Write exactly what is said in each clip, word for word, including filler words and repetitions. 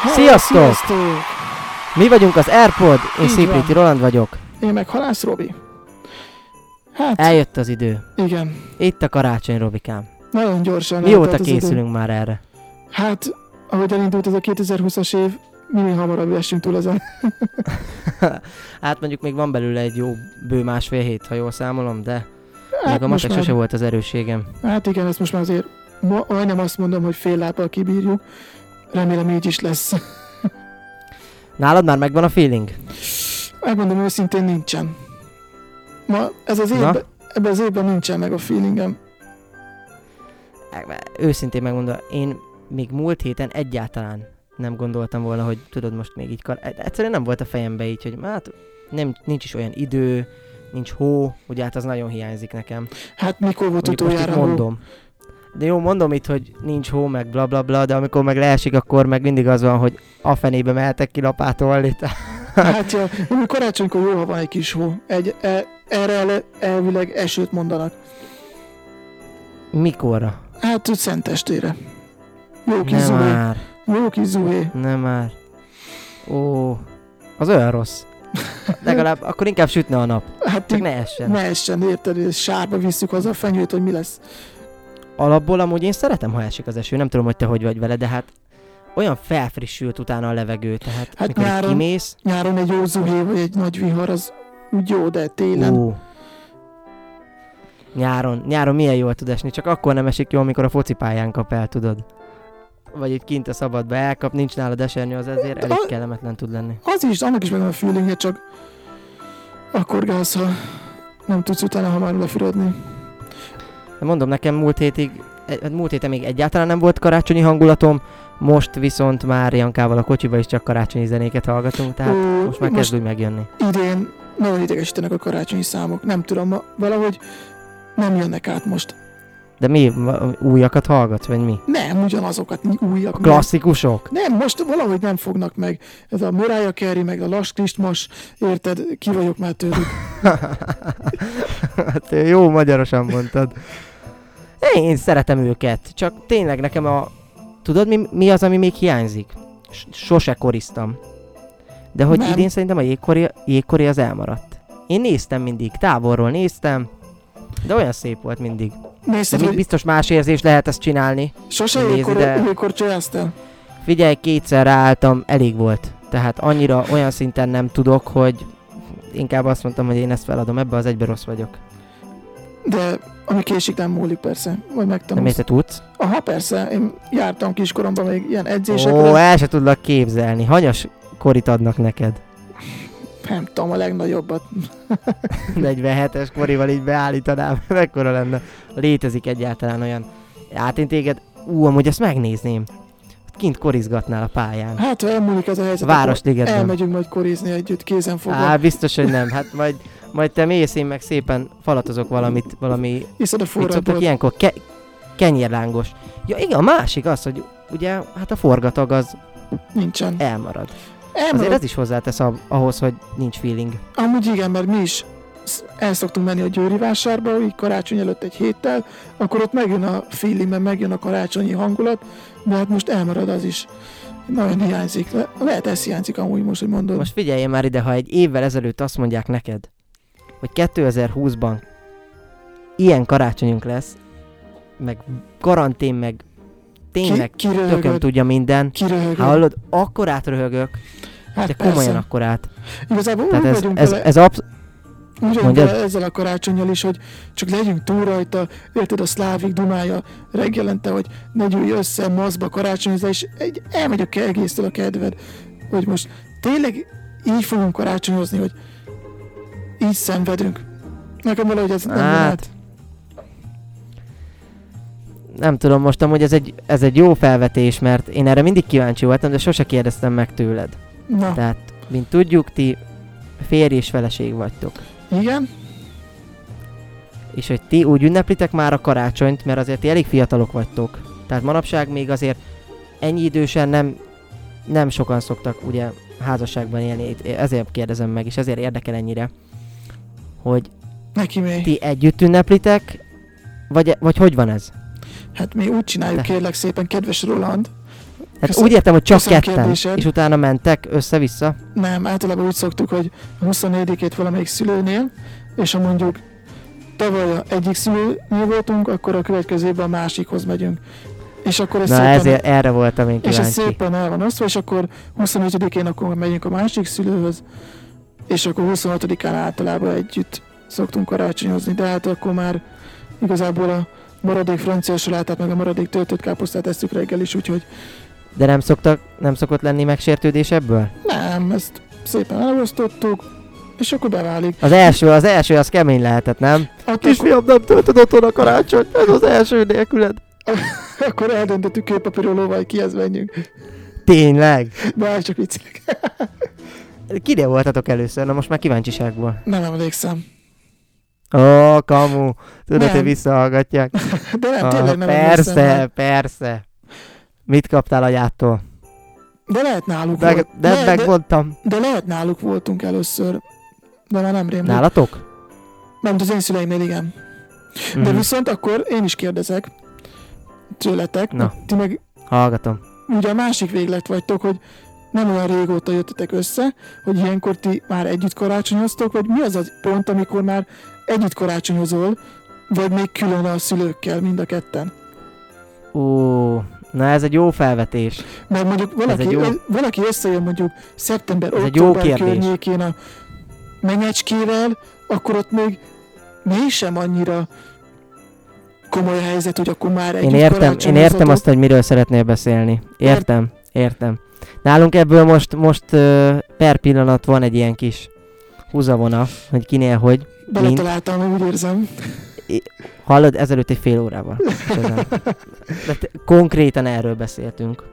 Sziasztok! Sziasztok! Mi vagyunk az AirPod, én Így Széplőti van. Roland vagyok. Én meg Halász Robi. Hát, Eljött az idő. igen. Itt a karácsony, Robikám. Nagyon gyorsan Mióta eltelt az idő. készülünk már erre? Hát, ahogy elindult ez a kétezer-húszas év, minél hamarabb essünk túl ezen. Hát mondjuk még van belőle egy jó bő másfél hét, ha jól számolom, de Hát, meg a most matek már, sose volt az erősségem. hát igen, ezt most már azért ma, majdnem azt mondom, hogy fél lábbal kibírjuk. Remélem így is lesz. Nálad már megvan a feeling? Megmondom őszintén, nincsen. Ma ez az évben, ebben az évben nincsen meg a feelingem. Őszintén megmondom, én még múlt héten egyáltalán nem gondoltam volna, hogy tudod most még így kar... Egyszerűen nem volt a fejembe így, hogy hát nem, nincs is olyan idő, nincs hó, ugye hát az nagyon hiányzik nekem. Hát mikor volt Mondjuk most utoljára itt hó? mondom. De jó, mondom itt, hogy nincs hó, meg bla bla bla, de amikor meg leesik, akkor meg mindig az van, hogy a fenébe mehetek kilapátolni. Hát ja, amikor karácsonykor jó, ha van egy kis hó. Egy, e, erre el, elvileg esőt mondanak. Mikorra? Hát úgy szentestére. Jó kis Nem zuhé. már, Jó kis zuhé. nem már. Ó, az olyan rossz. Legalább akkor inkább sütne a nap. Hát Csak így ne essen. ne essen, érted? És sárba visszük haza a fenyőt, hogy mi lesz. Alapból amúgy én szeretem, ha esik az eső. Nem tudom, hogy te hogy vagy vele, de hát olyan felfrissült utána a levegő. Tehát Hát mikor így nyáron- kimész, Nyáron egy jó zuhé, vagy egy nagy vihar, az úgy jó, de télen. ó. Nyáron, nyáron milyen jól tud esni, csak akkor nem esik jól, amikor a focipályán kap el, tudod. Vagy itt kint a szabadba elkap, nincs nálad esernyő, az ezért elég A- kellemetlen tud lenni. Az is, annak is megvan a feelingje, csak akkor gáz, ha nem tudsz utána hamar lefüredni. De mondom, nekem múlt hétig, e- múlt héten még egyáltalán nem volt karácsonyi hangulatom, most viszont már Jankával a kocsiba is csak karácsonyi zenéket hallgatunk, tehát Ó, most már most- kezd úgy megjönni. Idén nagyon idegesítenek a karácsonyi számok. Nem tudom, ma valahogy nem jönnek át most. De mi, va- újakat hallgatsz, vagy mi? Nem, ugyanazokat, mi újak. A klasszikusok? Nem, most valahogy nem fognak meg. Ez a Mariah Carey, meg a Last Christmas, érted? Ki vagyok már tőlük. Hát jó, magyarosan mondtad. Én szeretem őket, csak tényleg nekem a... Tudod, mi, mi az, ami még hiányzik? S- Sose koriztam. De hogy Nem. idén szerintem a jégkori, jégkori az elmaradt. Én néztem mindig, távolról néztem, de olyan szép volt mindig. De Nézted, még hogy biztos más érzés lehet ezt csinálni. sose nézd ilyenkor, ide. ilyenkor csináltál. Figyelj, kétszer ráálltam, elég volt. Tehát annyira olyan szinten nem tudok, hogy inkább azt mondtam, hogy én ezt feladom, ebbe az egybe rossz vagyok. De ami késik, nem múlik persze. Majd Nem megtanulsz. érte tudsz? Aha, persze. Én jártam kiskoromban még ilyen edzésekre. Ó, el se tudlak képzelni. Hanyas korit adnak neked? Nem tudom, a legnagyobbat. negyvenhetes korival így beállítanám. Mekkora lenne? Létezik egyáltalán olyan. Hát én téged, ú, amúgy ezt megnézném. Kint korizgatnál a pályán. Hát, ha elmúlik ez a helyzet, Városligetben. akkor elmegyünk majd korizni együtt, kézen fogva. Á, biztos, hogy nem. Hát majd, majd te mész, én meg szépen falatozok valamit, valami... Iszod a Mit szoktak forradból. ilyenkor? Ke- kenyérlángos. Ja igen, a másik az, hogy ugye, hát a forgatag az Nincsen. elmarad. Elmarad. Azért ez is hozzátesz a- ahhoz, hogy nincs feeling. Amúgy igen, mert mi is sz- el szoktunk menni a Győri vásárba, így karácsony előtt egy héttel, akkor ott megjön a feeling, mert megjön a karácsonyi hangulat, de hát most elmarad az is. Nagyon hiányzik. Le- lehet ez hiányzik amúgy most, hogy mondod. Most figyelj már ide, ha egy évvel ezelőtt azt mondják neked, hogy kétezer-húszban ilyen karácsonyunk lesz, meg karantén, meg tényleg ki, tököm kiröhögöd, tudja minden. kiröhögöd. Ha hallod, akkorát röhögök, Hát de komolyan persze. akkorát. Igazából Tehát úgy ez, vagyunk ez, vele, ez absz- úgy vagyunk mondjad. vele ezzel a karácsonnyal is, hogy csak legyünk túl rajta, érted a szlávik dumája reggelente, hogy ne gyűjj össze maszkba karácsonyozni, és egy, elmegy a ke- egésztől a kedved, hogy most tényleg így fogunk karácsonyozni, hogy így szenvedünk. Nekem valahogy ez nem Hát, lehet. nem tudom, most amúgy ez egy, ez egy jó felvetés, mert én erre mindig kíváncsi voltam, de sose kérdeztem meg tőled. Na, Tehát, mint tudjuk, ti férj és feleség vagytok. igen? És hogy ti úgy ünneplitek már a karácsonyt, mert azért ti elég fiatalok vagytok. Tehát manapság még azért ennyi idősen nem, nem sokan szoktak ugye házasságban élni. Itt ezért kérdezem meg, és ezért érdekel ennyire, hogy Neki még. ti együtt ünneplitek, vagy, vagy hogy van ez? Hát mi úgy csináljuk, De- kérlek szépen, kedves Roland, Köszön, úgy értem, hogy csak ketten, kérdésed. és utána mentek össze-vissza? Nem, általában úgy szoktuk, hogy a huszonnégyedikét valamelyik szülőnél, és ha mondjuk tavaly a egyik szülőnél voltunk, akkor a következő évben a másikhoz megyünk. És akkor ez Na szépen, ezért erre voltam én és ez kíváncsi. szépen el van osztva, és akkor huszonötödikén akkor megyünk a másik szülőhöz, és akkor huszonhatodikán általában együtt szoktunk karácsonyozni, de hát akkor már igazából a maradék francia salátát, meg a maradék töltött káposztát eszük reggel is, úgyhogy De nem szoktak, nem szokott lenni megsértődés ebből? nem, ezt szépen elosztottuk, és akkor beválik. Az első, az első az kemény lehetett, nem? Attól Kisfiam, nem töltöd otthon a karácsony, ez az első nélküled. akkor eldöntöttük kőpapírolóval, kihez menjünk. Tényleg? De hát csak viccelek. Kinél voltatok először? Na most már kíváncsiságból. Nem emlékszem. Ó, kamu. Tudod, Nem. hogy visszahallgatják. De nem, Ah, tényleg nem persze, emlékszem. persze. Mit kaptál anyától? De lehet náluk Meg, volt. de, de, de, megmondtam. de lehet náluk voltunk először. De már nem rémlik. Nálatok? Nem, de az én szüleimnél igen. De Mhm. viszont akkor én is kérdezek tőletek. Na. Ti meg Hallgatom. ugye a másik véglet vagytok, hogy nem olyan régóta jöttetek össze, hogy ilyenkor ti már együtt karácsonyoztok, vagy mi az a pont, amikor már együtt karácsonyozol, vagy még külön a szülőkkel mind a ketten? Ó, na ez egy jó felvetés. Mert mondjuk egy valaki, jó- valaki összejön mondjuk szeptember, Ez egy jó október kérdés. környékén a menyecskével, akkor ott még mégsem annyira komoly a helyzet, hogy akkor már együtt Én értem, én értem karácsonyozatok. azt, hogy miről szeretnél beszélni. Értem, értem. Nálunk ebből most, most uh, per pillanat van egy ilyen kis húzavona, hogy kinél hogy. Beletaláltam, úgy érzem. Hallod, ezelőtt egy fél órával. Igazán. De te- konkrétan erről beszéltünk.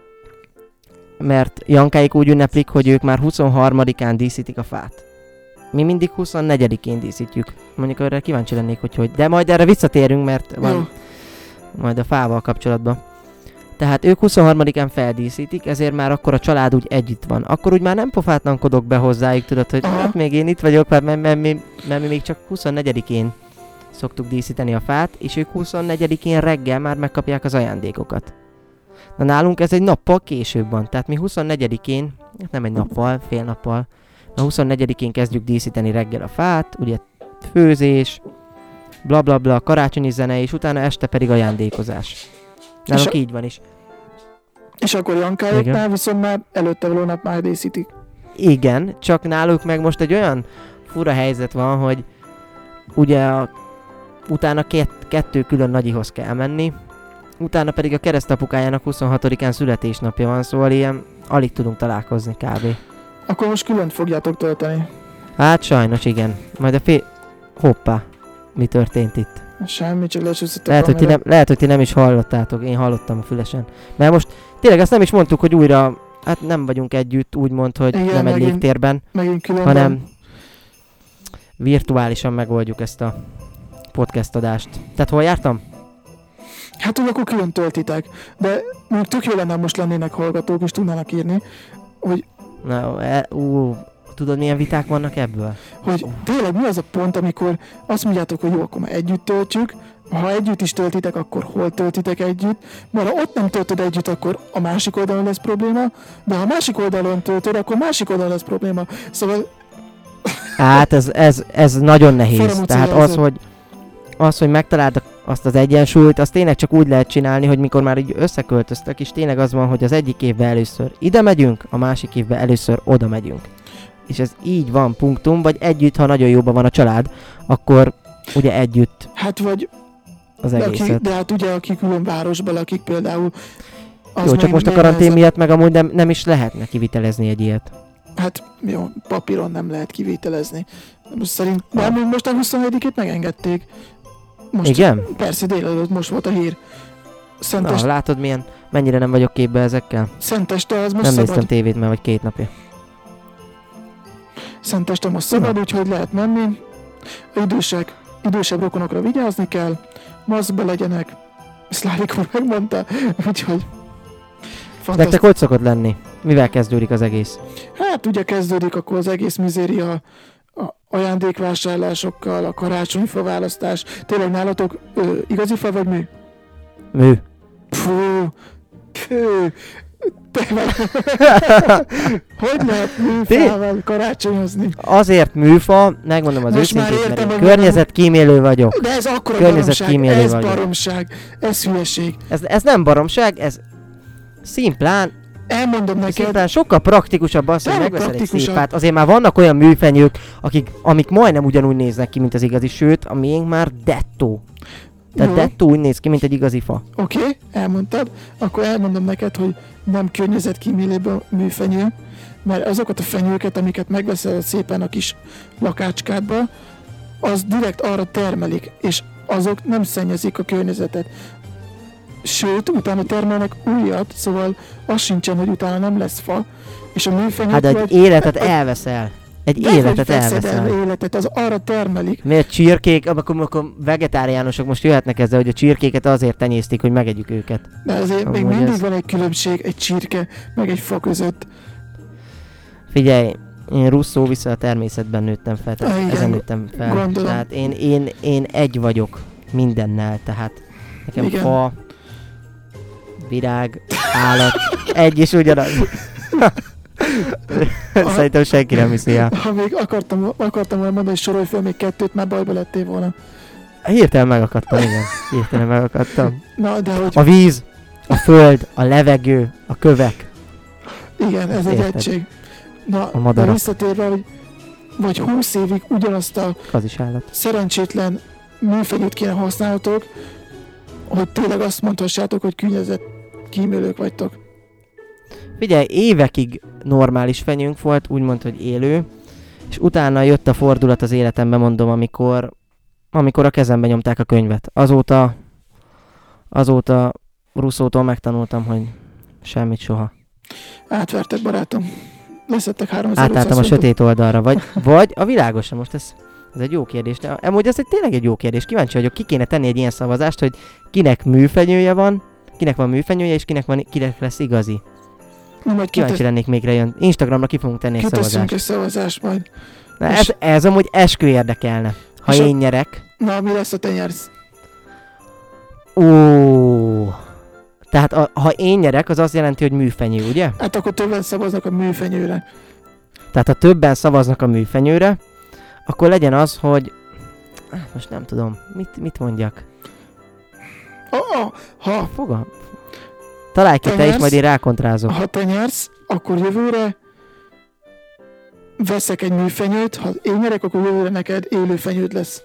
Mert Jankáik úgy ünneplik, hogy ők már huszonharmadikán díszítik a fát. Mi mindig huszonnegyedikén díszítjük. Mondjuk erre kíváncsi lennék, hogy hogy. De majd erre visszatérünk, mert Jó. van majd a fával kapcsolatban. Tehát ők huszonharmadikán feldíszítik, ezért már akkor a család úgy együtt van. Akkor úgy már nem pofátlankodok be hozzájuk, tudod, hogy Aha. hát még én itt vagyok, mert, mert, mert, mi, mert mi még csak huszonnegyedikén szoktuk díszíteni a fát, és ők huszonnegyedikén reggel már megkapják az ajándékokat. Na nálunk ez egy nappal később van, tehát mi huszonnegyedikén, hát nem egy nappal, fél nappal, na huszonnegyedikén kezdjük díszíteni reggel a fát, ugye főzés, bla bla bla, karácsonyi zene, és utána este pedig ajándékozás. Nálunk a- így van is. És akkor Jankájéknál viszont már előtte való nap már díszítik. Igen, csak náluk meg most egy olyan fura helyzet van, hogy ugye a, utána két, kettő külön nagyihoz kell menni, utána pedig a keresztapukájának huszonhatodikán születésnapja van, szóval ilyen alig tudunk találkozni kb. Akkor most külön fogjátok tölteni. Hát sajnos igen. Majd a fél... Hoppá. Mi történt itt? Semmi, csak lecsúszott a Lehet hogy, ti kamera. nem, lehet, hogy ti nem is hallottátok, én hallottam a fülesen. Mert most tényleg azt nem is mondtuk, hogy újra, hát nem vagyunk együtt, úgymond, hogy Igen, nem egy megint légtérben, Megint külön hanem van. virtuálisan megoldjuk ezt a podcast adást. Tehát hol jártam? Hát úgy akkor külön töltitek. De mondjuk tök jó lenne, ha most lennének hallgatók, és tudnának írni, hogy, Na, e, ú, tudod milyen viták vannak ebből? hogy tényleg mi az a pont, amikor azt mondjátok, hogy jó, akkor már együtt töltjük, ha együtt is töltitek, akkor hol töltitek együtt, mert ha ott nem töltöd együtt, akkor a másik oldalon lesz probléma, de ha a másik oldalon töltöd, akkor másik oldalon lesz probléma. Szóval Hát ez, ez, ez nagyon nehéz. Faramúci Tehát az, helyzet. hogy az, hogy megtaláld azt az egyensúlyt, az tényleg csak úgy lehet csinálni, hogy mikor már így összeköltöztek, és tényleg az van, hogy az egyik évben először ide megyünk, a másik évben először oda megyünk. És ez így van, punktum, vagy együtt, ha nagyon jóban van a család, akkor ugye együtt hát vagy, az de, aki, egészet. de hát ugye aki külön városban lakik például, az Jó, csak még- most a még karantén nehezebb. miatt meg amúgy nem, nem is lehetne kivitelezni egy ilyet. Hát jó, papíron nem lehet kivételezni. Most szerint, de amúgy most a huszonegyedikét megengedték. Most, Igen? Persze, délelőtt most volt a hír. Szentes, Na, látod milyen, mennyire nem vagyok képbe ezekkel? Szenteste az most Nem szabad. néztem tévét már vagy két napja. Szenteste most szabad, Na. úgyhogy lehet menni. A idősek, idősebb rokonokra vigyázni kell, maszkba legyenek. Szlávik úr megmondta, úgyhogy Nektek fantasztikus. hogy szokott lenni? Mivel kezdődik az egész? Hát ugye kezdődik akkor az egész mizéria a ajándékvásárlásokkal, a karácsonyfa választás. Tényleg nálatok ö, igazi fa vagy mű? Mű. Fú, fú, Te vagy. Hogy lehet műfával karácsonyozni? Azért műfa, megmondom az Most már őszintét, értem, mert én hogy környezetkímélő vagyok. De ez akkora Környezetkímélő baromság, ez vagyok. baromság, ez hülyeség. Ez, ez nem baromság, ez szimplán, Elmondom neked, szimplán sokkal praktikusabb az, hogy Nem megveszel egy praktikusabb. szép fát. Azért már vannak olyan műfenyők, akik, amik majdnem ugyanúgy néznek ki, mint az igazi, sőt, a miénk már dettó. Tehát Jó. dettó úgy néz ki, mint egy igazi fa. oké, okay, elmondtad, akkor elmondom neked, hogy nem környezetkímélőbb műfenyő, mert azokat a fenyőket, amiket megveszel szépen a kis lakácskádba, az direkt arra termelik, és azok nem szennyezik a környezetet. Sőt, utána termelnek újat, szóval az sincsen, hogy utána nem lesz fa, és a műfenyők Hát egy meg- életet elveszel. Egy Dehogy életet veszed el elveszel. életet, az arra termelik. Miért csirkék, akkor, akkor vegetáriánusok most jöhetnek ezzel, hogy a csirkéket azért tenyésztik, hogy megegyük őket. De azért még Amúgy mindig ez- van egy különbség egy csirke, meg egy fa között. Figyelj, én Russzó vissza a természetben nőttem fel, tehát Ah, igen, ezen nőttem fel. gondolom. Tehát én, én, én egy vagyok mindennel, tehát nekem Igen. fa, virág, állat, egy és ugyanaz. Szerintem senki nem hiszi el. Ha még akartam, akartam volna mondani, hogy sorolj fel még kettőt, már bajba lettél volna. Hirtelen megakadtam, igen. Hirtelen megakadtam. Na, de hogy A víz, a föld, a levegő, a kövek. igen, ez egy Érted. egység. Na, A de madarak. visszatérve, hogy vagy húsz évig ugyanazt a Az is állat. szerencsétlen műfenyőt kéne használhatok, hogy tényleg azt mondhassátok, hogy környezet kímélők vagytok. Figyelj, évekig normális fenyőnk volt, úgymond, hogy élő, és utána jött a fordulat az életemben, mondom, amikor, amikor a kezembe nyomták a könyvet. Azóta, azóta Russzótól megtanultam, hogy semmit soha. Átvertek, barátom. Leszettek háromezer-ötszáz Átálltam a fontot. sötét oldalra, vagy, vagy a világosra. Most ez, ez egy jó kérdés. De amúgy ez egy tényleg egy jó kérdés. Kíváncsi vagyok, ki kéne tenni egy ilyen szavazást, hogy kinek műfenyője van, kinek van műfenyője, és kinek, van, kinek lesz igazi. Na, majd Kíváncsi kitesz, lennék még rá jön. Instagramra ki fogunk tenni egy kiteszünk szavazást. egy szavazást majd. Na, És- ez, ez amúgy eskü érdekelne. Ha És a- én nyerek. Na, mi lesz, a te nyersz? Ó. Tehát a, ha én nyerek, az azt jelenti, hogy műfenyő, ugye? Hát akkor többen szavaznak a műfenyőre. Tehát ha többen szavaznak a műfenyőre, akkor legyen az, hogy... Ah, most nem tudom, mit, mit mondjak. Oh, oh, ha, Fogam. Találj ki Te te is, nyersz? majd én rákontrázok. ha te nyersz, akkor jövőre veszek egy műfenyőt, ha én nyerek, akkor jövőre neked élő fenyőd lesz.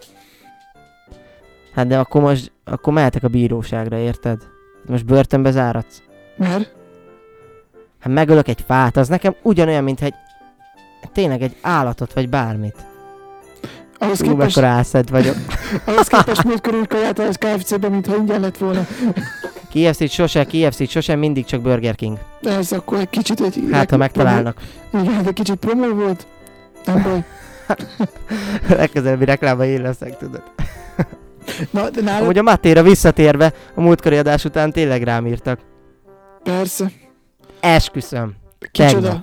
Hát de akkor most, akkor mehetek a bíróságra, érted? Most börtönbe záradsz. Mert? Hát megölök egy fát, az nekem ugyanolyan, mint egy... Tényleg egy állatot, vagy bármit. Ahhoz Ú, képest, mekkora álszed vagyok. ahhoz képest múltkor úgy kajáltál az ká ef cé-ben, mintha ingyen lett volna. ká ef cé-t sose, ká ef cé-t sose, mindig csak Burger King. De ez akkor egy kicsit egy... Hát, ha megtalálnak. Igen, de kicsit promó volt. Nem baj. Legközelebbi reklámban én leszek, tudod. Na, de nálad Amúgy a Matéra visszatérve, a múltkori adás után tényleg rám írtak. persze. Esküszöm. Kicsoda. Tegnap.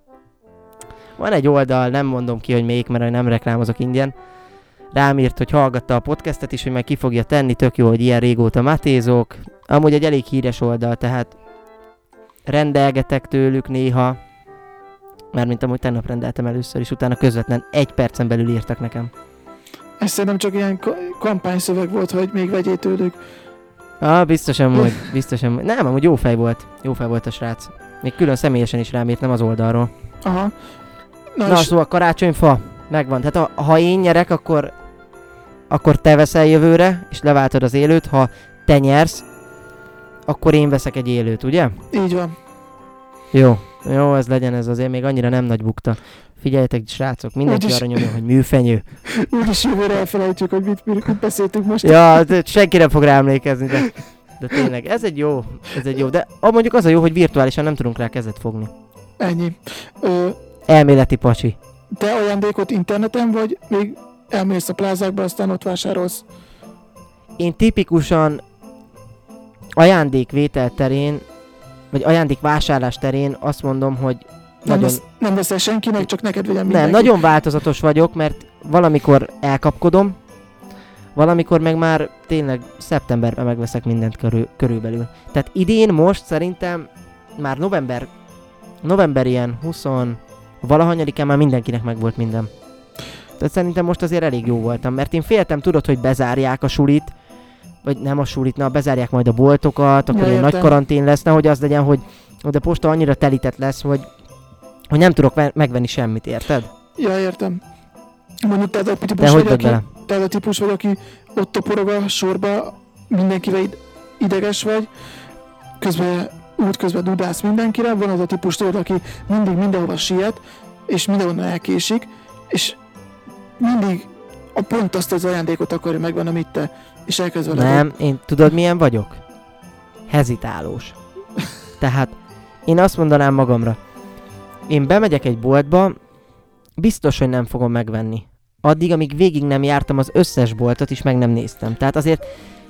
Van egy oldal, nem mondom ki, hogy melyik, mert nem reklámozok ingyen. Rám írt, hogy hallgatta a podcastet is, hogy meg ki fogja tenni, tök jó, hogy ilyen régóta matézok. Amúgy egy elég híres oldal, tehát rendelgetek tőlük néha. Mármint amúgy tegnap rendeltem először, és utána közvetlen egy percen belül írtak nekem. Ez szerintem csak ilyen ka- kampányszöveg volt, hogy még vegyél tőlük. Ah, biztosan hogy, biztosan hogy. Nem, amúgy jó fej volt. Jó fej volt a srác. Még külön személyesen is rám írt, nem az oldalról. Aha. Na, Na, és szóval karácsonyfa megvan. Tehát ha, ha én nyerek, akkor akkor te veszel jövőre, és leváltod az élőt. Ha te nyersz, akkor én veszek egy élőt, ugye? így van. Jó. Jó, ez legyen ez azért még annyira nem nagy bukta. Figyeljetek, srácok, mindenki Úgyis- arra nyomja, hogy műfenyő. Úgyis jövőre elfelejtjük, hogy mit, mit, mit beszéltünk most. Ja, de senki nem fog rá emlékezni, de, de tényleg, ez egy jó, ez egy jó. De ah, mondjuk az a jó, hogy virtuálisan nem tudunk rá kezet fogni. Ennyi. Ö, Elméleti pacsi. te ajándékot interneten vagy, még elmész a plázákba, aztán ott vásárolsz. Én tipikusan ajándékvétel terén, vagy ajándékvásárlás terén azt mondom, hogy Nem, nagyon, vesz, nem veszel senkinek, csak neked vegyen nem, mindenki. nagyon változatos vagyok, mert valamikor elkapkodom, valamikor meg már tényleg szeptemberben megveszek mindent körül, körülbelül. Tehát idén most szerintem már november november ilyen húsz valahanyadikán már mindenkinek megvolt minden. Tehát szerintem most azért elég jó voltam, mert én féltem, tudod, hogy bezárják a sulit, vagy nem a sulit, na bezárják majd a boltokat, akkor Ja, ilyen nagy értem. karantén lesz, nehogy az legyen, hogy hogy a posta annyira telített lesz, hogy, hogy nem tudok ve- megvenni semmit, érted? Ja, értem. Mondjuk te az a Te típus hogy vagy, vagy aki, vele? te az a típus vagy, aki ott toporog a sorba, mindenkivel id- ideges vagy, közben út közben dudálsz mindenkire, van az a típus tudod, aki mindig mindenhova siet, és mindenhonnan elkésik, és mindig a pont azt az ajándékot akarja megvenni, amit te, és elkezd vele. Nem, én tudod milyen vagyok? Hezitálós. Tehát én azt mondanám magamra, én bemegyek egy boltba, biztos, hogy nem fogom megvenni. Addig, amíg végig nem jártam az összes boltot, és meg nem néztem. Tehát azért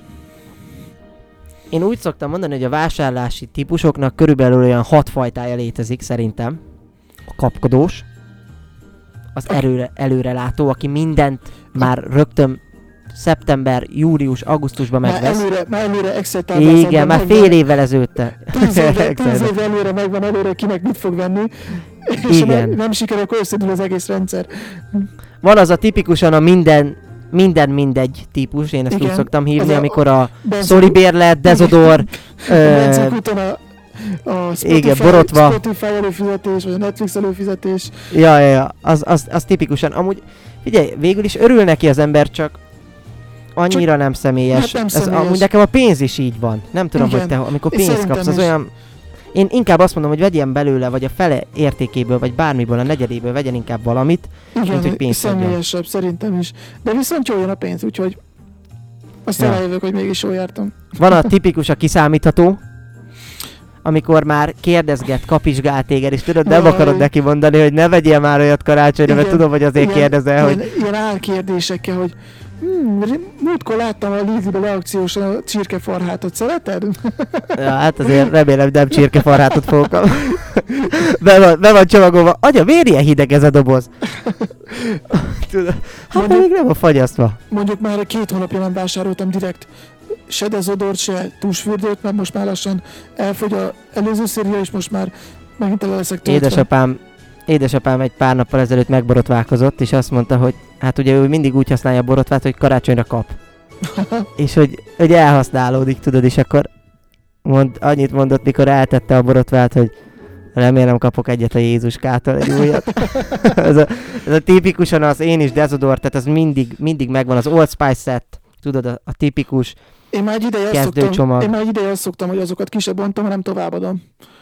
én úgy szoktam mondani, hogy a vásárlási típusoknak körülbelül olyan hat fajtája létezik szerintem. A kapkodós, az előre, előrelátó, aki mindent már rögtön szeptember, július, augusztusban Már megvesz. előre, már előre Excel táblázatban Igen, már megvan. fél évvel ezelőtte. Tíz évvel, tíz évvel előre megvan előre, kinek mit fog venni, és ha Igen. nem, nem sikerül, akkor összedül az egész rendszer. Van az a tipikusan a minden, minden mindegy típus, én ezt Igen, úgy szoktam az hívni, a- amikor a Benzin- szolibérlet, dezodor, a ö, benzinkúton a, a Spotify, igen, borotva. Spotify előfizetés, vagy a Netflix előfizetés. ja, ja, ja, az, az, az tipikusan. Amúgy, figyelj, végül is örül neki az ember, csak annyira csak, nem személyes. hát nem Ez, személyes. amúgy nekem a pénz is így van. Nem tudom, Igen, hogy te, amikor és pénzt szerintem kapsz, az is. olyan... Én inkább azt mondom, hogy vegyen belőle, vagy a fele értékéből, vagy bármiből, a negyedéből vegyen inkább valamit. Mint, hogy Igen, pénzt adjon. személyesebb szerintem is. De viszont jól jön a pénz, úgyhogy aztán Ja. rájövök, hogy mégis jól jártam. Van a tipikus, a kiszámítható, amikor már kérdezget, kapizsgál téged, és tudod, nem Jaj. akarod neki mondani, hogy ne vegyél már olyat karácsonyra, mert Igen, tudom, hogy azért ilyen- kérdezel, hogy Ilyen, ilyen álkérdésekkel, hogy hmm, múltkor láttam a Lidl-be leakciósan a csirkefarhátot, szereted? ja, hát azért remélem, nem csirkefarhátot fogok kapni. be, van, be van csomagolva. Anya, miért ilyen hideg ez a doboz? Tudod, hát Mondjuk- még nem a fagyasztva. Mondjuk már két hónapja nem vásároltam direkt se dezodort, se tusfürdőt, mert most már lassan elfogy az előző széria, és most már megint tele leszek töltve. Édesapám, édesapám egy pár nappal ezelőtt megborotválkozott, és azt mondta, hogy hát ugye ő mindig úgy használja a borotvát, hogy karácsonyra kap. És hogy, hogy elhasználódik, tudod, és akkor mond, annyit mondott, mikor eltette a borotvát, hogy remélem kapok egyet a Jézuskától, egy újat. ez, a, ez a tipikusan az én is dezodor, tehát az mindig, mindig megvan, az Old Spice set, tudod, a, a tipikus. Én már egy ideje azt Kezdőcsomag. szoktam, én már egy ideje azt szoktam, hogy azokat ki se bontom, hanem továbbadom.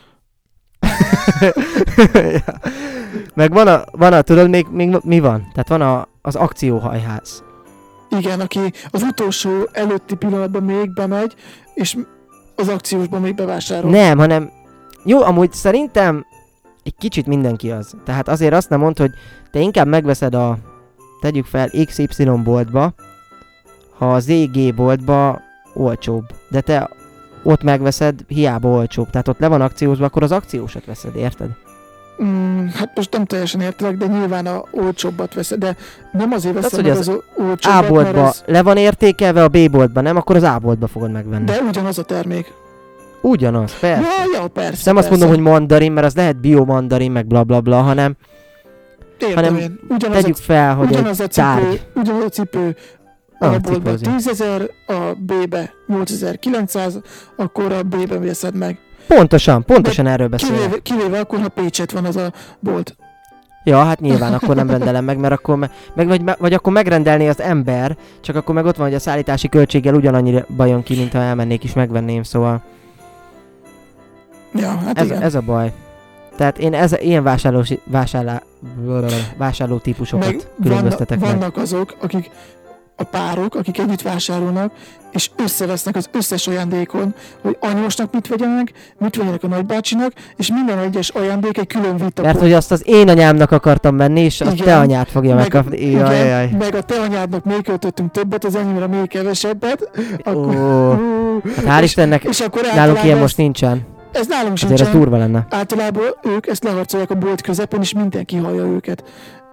Ja. Meg van a, van a, tudod még, még mi van? Tehát van a, az akcióhajház. Igen, aki az utolsó előtti pillanatban még bemegy, és az akciósban még bevásárol. Nem, hanem jó, amúgy szerintem egy kicsit mindenki az. Tehát azért azt nem mondd, hogy te inkább megveszed a, tegyük fel, iksz ipszilon boltba, ha a zé gé boltba olcsóbb. De te ott megveszed, hiába olcsóbb. Tehát ott le van akciózva, akkor az akciósat veszed, érted? Mm, hát most nem teljesen értelek, de nyilván a olcsóbbat veszed, de nem azért Az, veszed hogy meg az az, o- A olcsóbbat, mert boltba az, le van értékelve, a B boltba nem, akkor az A boltba fogod megvenni. de ugyanaz a termék. Ugyanaz, persze. Ja, ja, persze, Nem azt persze. mondom, hogy mandarin, mert az lehet bio mandarin, meg bla bla bla, hanem Értem hanem én. Ugyanaz tegyük a, fel, hogy ugyanaz a egy cipő, tárgy. ugyanaz a cipő Ah, a boltban cipőzni. tízezer, a B-be nyolcezer-kilencszáz, akkor a B-ben veszed meg. Pontosan, pontosan erről beszélek. Kivéve, kivéve akkor, ha Pécset van az a bolt. Ja, hát nyilván akkor nem rendelem meg, mert akkor me- meg vagy, vagy akkor megrendelné az ember, csak akkor meg ott van, hogy a szállítási költséggel ugyanannyira jön ki, mint ha elmennék és megvenném, szóval Ja, hát ez, igen. ez a baj. Tehát én ez, ilyen vásárló, vásárlá, vásárló típusokat Meg különböztetek vannak, meg. vannak azok, akik a párok, akik együtt vásárolnak, és összevesznek az összes ajándékon, hogy anyósnak mit vegyenek, mit vegyenek a nagybácsinak, és minden egyes ajándék egy külön vita. Mert hogy azt az én anyámnak akartam venni, és a Igen. te anyád fogja meg, megkapni. igen, Jaj, jaj. meg a te anyádnak még költöttünk többet, az enyémre még kevesebbet. Akkor, Ó, Ú, hát hál' és, Istennek és akkor nálunk általában ilyen ezt- most nincsen. Ez nálunk Azért ez sincsen. durva lenne. Általában ők ezt leharcolják a bolt közepén, és mindenki hallja őket.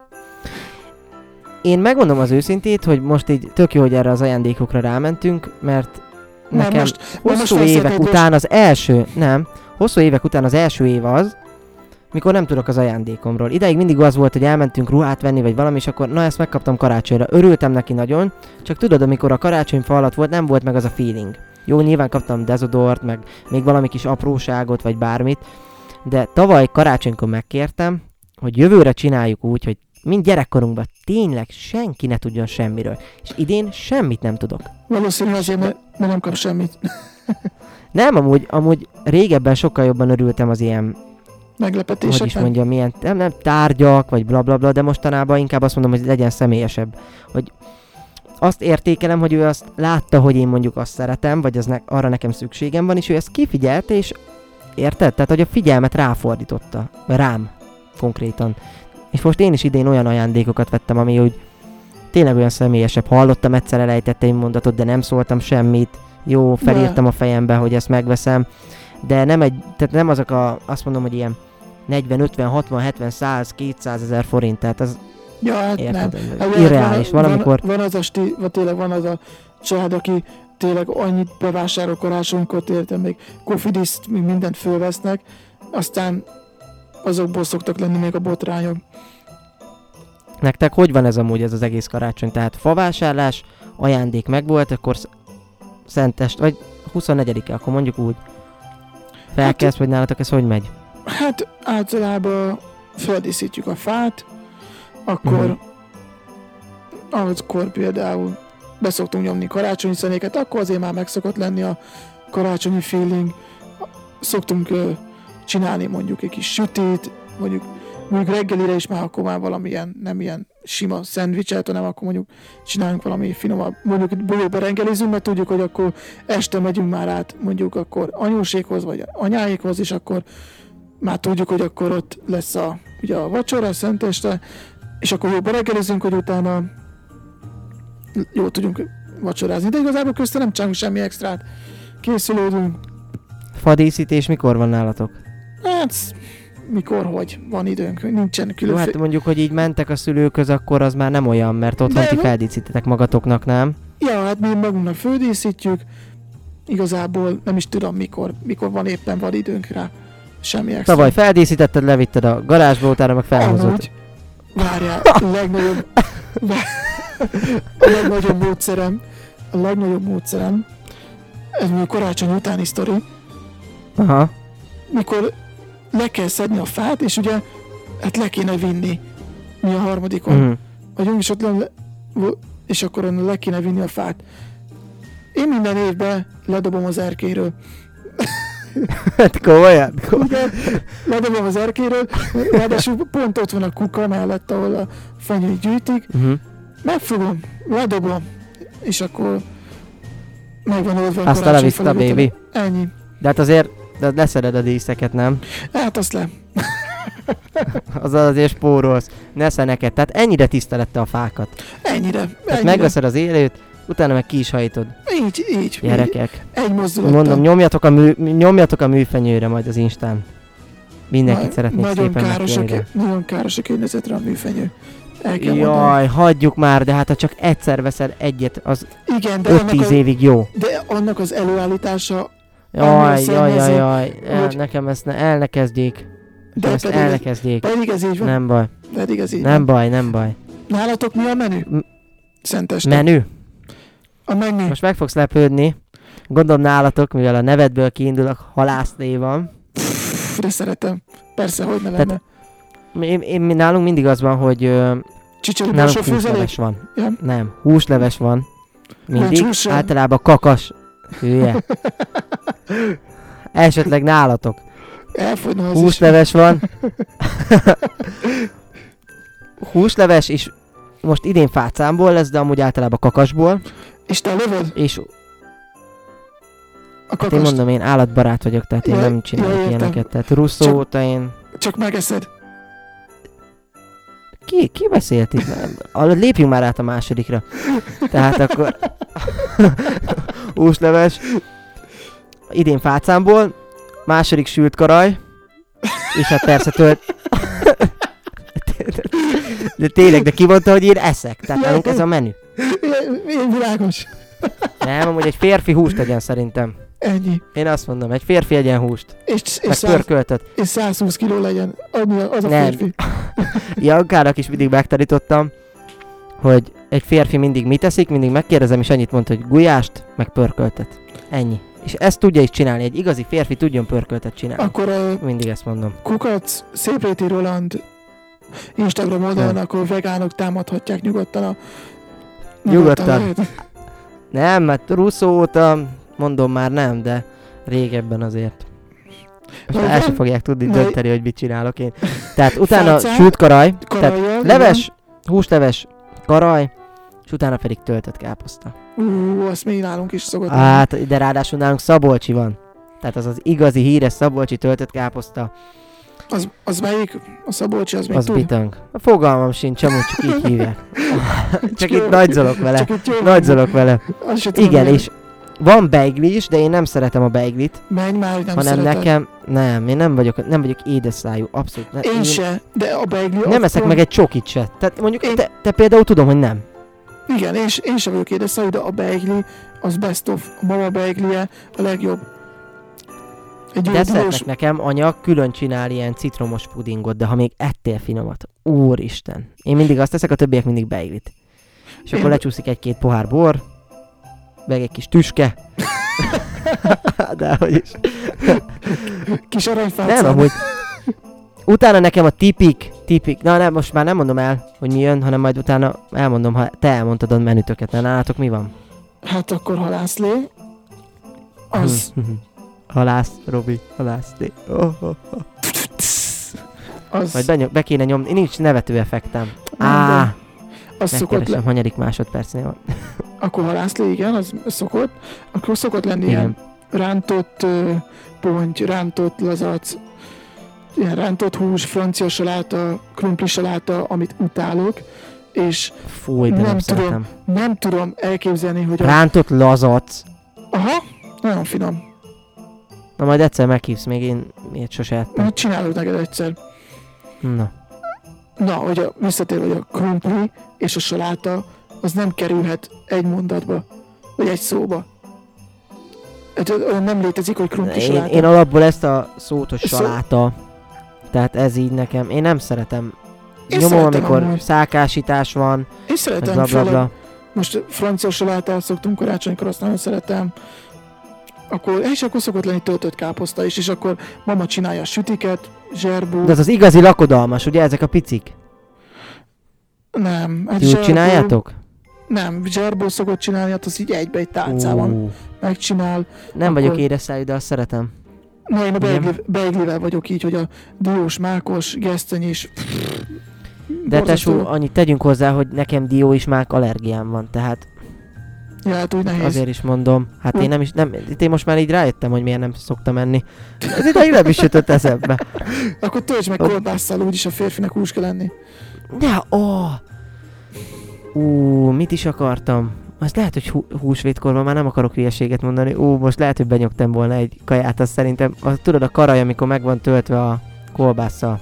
Én megmondom az őszintét, hogy most így tök jó, hogy erre az ajándékokra rámentünk, mert Már nekem most, már most hosszú évek felszednéd után az első, nem, hosszú évek után az első év az, mikor nem tudok az ajándékomról. Ideig mindig az volt, hogy elmentünk ruhát venni, vagy valami, és akkor na ezt megkaptam karácsonyra. Örültem neki nagyon, csak tudod, amikor a karácsonyfa alatt volt, nem volt meg az a feeling. Jó, nyilván kaptam dezodort, meg még valami kis apróságot, vagy bármit, de tavaly karácsonykor megkértem, hogy jövőre csináljuk úgy, hogy mind gyerekkorunkban tényleg senki ne tudjon semmiről. És idén semmit nem tudok. Valószínűleg azért, mert, mert nem kap semmit. Nem, amúgy, amúgy régebben sokkal jobban örültem az ilyen, Meglepetéseknek. hogy is mondjam, milyen, nem, nem tárgyak, vagy blablabla, bla, bla, de mostanában inkább azt mondom, hogy legyen személyesebb. Hogy azt értékelem, hogy ő azt látta, hogy én mondjuk azt szeretem, vagy az ne, arra nekem szükségem van, és ő ezt kifigyelte, és érted? Tehát, hogy a figyelmet ráfordította. Rám. Konkrétan. És most én is idén olyan ajándékokat vettem, ami úgy tényleg olyan személyesebb. Hallottam, egyszer elejtette egy mondatot, de nem szóltam semmit. Jó, felírtam a fejembe, hogy ezt megveszem. De nem egy, tehát nem azok a, azt mondom, hogy ilyen negyven, ötven, hatvan, hetven, száz, kétszázezer forint, tehát az Ja, hát érted, nem. Hát irreális. van, Valamikor... Van, van az a sti, vagy tényleg van az a család, aki tényleg annyit bevásárol karácsonykor, értem, még kofidiszt, még mindent fölvesznek, aztán azokból szoktak lenni még a botrányok. Nektek hogy van ez amúgy ez az egész karácsony? Tehát favásárlás, ajándék megvolt, akkor sz- szentest, vagy huszonnegyedike, akkor mondjuk úgy. Felkezd, hát, vagy nálatok ez hogy megy? Hát általában feldíszítjük a fát, akkor Mhm. amikor például beszoktunk nyomni karácsonyi zenéket, akkor azért már megszokott lenni a karácsonyi feeling. Szoktunk ö, csinálni mondjuk egy kis sütét, mondjuk, mondjuk reggelire is már akkor már valamilyen, nem ilyen sima szendvicset, hanem akkor mondjuk csinálunk valami finomabb, mondjuk bolyóba reggelizünk, mert tudjuk, hogy akkor este megyünk már át mondjuk akkor anyósékhoz, vagy anyáékhoz, és akkor már tudjuk, hogy akkor ott lesz a, ugye a vacsora, szenteste, és akkor jobban reggelizünk, hogy utána jól tudjunk vacsorázni. De igazából közben nem csinálunk semmi extrát. Készülődünk. Fadíszítés mikor van nálatok? Hát, mikor, hogy van időnk, nincsen Jó, különféle. hát mondjuk, hogy így mentek a szülőköz, akkor az már nem olyan, mert otthon De ti no- feldíszítetek magatoknak, nem? Ja, hát mi magunknak földíszítjük. Igazából nem is tudom mikor, mikor van éppen van időnk rá. Semmi extra. Tavaly feldíszítetted, levitted a garázsba, utána meg felhozott. Amúgy, várjál, a legnagyobb, a legnagyobb módszerem, a legnagyobb módszerem, ez még a karácsony utáni sztori, Aha. mikor le kell szedni a fát, és ugye hát le kéne vinni. Mi a harmadikon Mhm. vagyunk, és ott le, és akkor onnan le kéne vinni a fát. Én minden évben ledobom az erkéről. Hát komolyan? Ugye, ledobom az erkéről, ráadásul pont ott van a kuka mellett, ahol a fenyőt gyűjtik. Uh-huh. Megfogom, ledobom, és akkor megvan oldva a Hasta la karácsony vista, felvétele. baby. Ennyi. De hát azért de leszeded a díszeket, nem? Hát azt le. Azzal azért spórolsz. Nesze neked. Tehát ennyire tisztelette a fákat. Ennyire. Tehát ennyire. megveszed az élőt, utána meg ki is hajtod. Így, így. Gyerekek. Egy mozdulattal. Mondom, nyomjatok a, mű, nyomjatok a műfenyőre majd az Instán. Mindenkit Na- szeretnék nagyon szépen káros a, megkérni. ke- nagyon káros a környezetre a műfenyő. El kell mondani. Jaj, hagyjuk már, de hát ha csak egyszer veszed egyet, az Igen, de annak, öt-tíz a, évig jó. de annak az előállítása, Jaj, jaj, jaj, szennyező, jaj, el, hogy- nekem ezt ne, el ne kezdjék. de Nekem ezt pedig, el ne ez, kezdjék. pedig ez így van. Nem baj, Pedig ez így nem van. baj, nem baj. Nálatok mi a menü? M- Szenteste. Menü? A menü. Most meg fogsz lepődni. Gondolom nálatok, mivel a nevedből kiindulok, halászné van. Pff, de szeretem. Persze, hogy ne Tehát lenne. Én, én, mi- nálunk mindig az van, hogy ö, Csicsorí nálunk borsó főzelék? húsleves van. Ja. Nem, húsleves van. Mindig, hús sem? általában kakas. Hülye. Esetleg nálatok. Elfogyna az is. Húsleves van. Húsleves, és most idén fácámból lesz, de amúgy általában kakasból. És te lövöd És a hát én kakast. mondom, én állatbarát vagyok, tehát én Ja, nem ja, csinálok értem. ilyeneket. Tehát Russzó Csak- óta én... Csak megeszed. Ki, ki beszélt itt? Nem. Ah, lépjünk már át a másodikra. Tehát akkor... Húsleves. Idén fácámból. Második sült karaj. És hát persze tölt... De tényleg, de ki mondta, hogy én eszek? Tehát nálunk ez a menü. Én, én világos. Nem, amúgy egy férfi húst tegyen szerintem. Ennyi. Én azt mondom, egy férfi egyen húst, És, meg és, száz, pörköltet. és százhúsz kiló legyen. Annyi az a Nem. férfi. Jankának is mindig megtanítottam, hogy egy férfi mindig mit teszik, mindig megkérdezem, és annyit mondta, hogy gulyást, meg pörköltet. Ennyi. És ezt tudja is csinálni, egy igazi férfi tudjon pörköltet csinálni. Akkor a Mindig ezt mondom. Kukac, Szépréti Roland Instagram oldalon, Nem. akkor vegánok támadhatják nyugodtan a... Nyugodtan. lehet. Nem, mert Russo óta mondom már nem, de régebben azért. Most Na, már el sem van- fogják tudni na, dönteni, hogy mit csinálok én. Tehát utána Fácán, sült karaj, tehát Karajjal, leves, húsleves, karaj, és utána pedig töltött káposzta. Ú, azt mi nálunk is szokott. Hát, de ráadásul nálunk Szabolcsi van. Tehát az az igazi híres Szabolcsi töltött káposzta, Az, az melyik? A Szabolcsi, az még az tud? bitang. A fogalmam sincs, amúgy csak így hívják. Csak Jó. itt nagyzolok vele. Csak itt jó. Nagyzolok vele. Azt se tudom, Igen, hogy és van beigli is, de én nem szeretem a beiglit, menj már, hogy nem hanem szereted. nekem, nem, én nem vagyok, nem vagyok édesszájú, abszolút. Ne, Én se, de a beigli... nem az eszek pont- meg egy csokit se. Tehát mondjuk Én- te, te például tudom, hogy nem. Igen, én, s- én sem vagyok édesszájú, de a beigli, az best of. A mama beiglie a legjobb. Egy jó De diós... szeretnek nekem anya külön csinál ilyen citromos pudingot, de ha még ettél finomat, úristen. Én mindig azt teszek, a többiek mindig beiglit. És Én- akkor lecsúszik egy-két pohár bor, meg egy kis tüske. De hogy is. Kis aranyfácán. Nem, amúgy. Utána nekem a tipik, tipik, na nem, most már nem mondom el, hogy mi jön, hanem majd utána elmondom, ha te elmondtad a menütöket, mert nálatok mi van? Hát akkor halászlé. Az... Halász, Robi, halász, né. Oh, oh. Az... Majd benyom, be kéne nyomni, nincs nevető effektem. Nem, Á, de az szokott le... megkeresem, hanyadik másodpercnél van. Akkor halászlé, igen, az szokott. Akkor szokott lenni Igen. ilyen rántott uh, ponty, rántott lazac, ilyen rántott hús, francia saláta, krumpli saláta, amit utálok, és Fúj, de nem, Nem nem tudom. szeretem. nem tudom elképzelni, hogy a... Rántott lazac. Aha, nagyon finom. Na majd egyszer meghívsz, még én ilyet sose ettem. Majd csinálok neked egyszer. Na, Na, hogy a, visszatér, hogy a krumpli és a saláta, az nem kerülhet egy mondatba, vagy egy szóba. Hát, olyan nem létezik, hogy krumpli én, saláta. én alapból ezt a szót, hogy Szó- saláta, tehát ez így nekem, én nem szeretem. Én Nyomom, szeretem amikor amúgy. szákásítás van, Én meg szeretem, bla bla főleg bla. most francia salátát szoktunk karácsonykor, azt nagyon szeretem. Akkor, és akkor szokott lenni töltött káposzta is, és akkor mama csinálja a sütiket, zserbú. De az az igazi lakodalmas, ugye ezek a picik? Nem. Hát Ti úgy zserbú- csináljátok? Nem, zserbú szokott csinálni, hát az így egybe egy tálcában Ú, megcsinál. nem Akkor- vagyok édesszájú, de azt szeretem. Na, én a Igen. beigli, beiglivel vagyok így, hogy a diós, mákos, geszteny is. De borzasztó. tesó, annyit tegyünk hozzá, hogy nekem dió is már allergiám van, tehát Ja, hát úgy nehéz. azért is mondom. Hát Úgy- én nem is, nem, itt én most már így rájöttem, hogy miért nem szoktam enni. Ez itt nem is jutott eszembe. Akkor töltsd meg Ott- kolbásszal, úgyis a férfinak hús kell lenni. Ja, ó! Oh. Ú, mit is akartam? Azt lehet, hogy hú, húsvétkorban már nem akarok hülyeséget mondani. Ú, most lehet, hogy benyogtam volna egy kaját, azt szerintem, azt tudod a karaj, amikor meg van töltve a kolbásszal.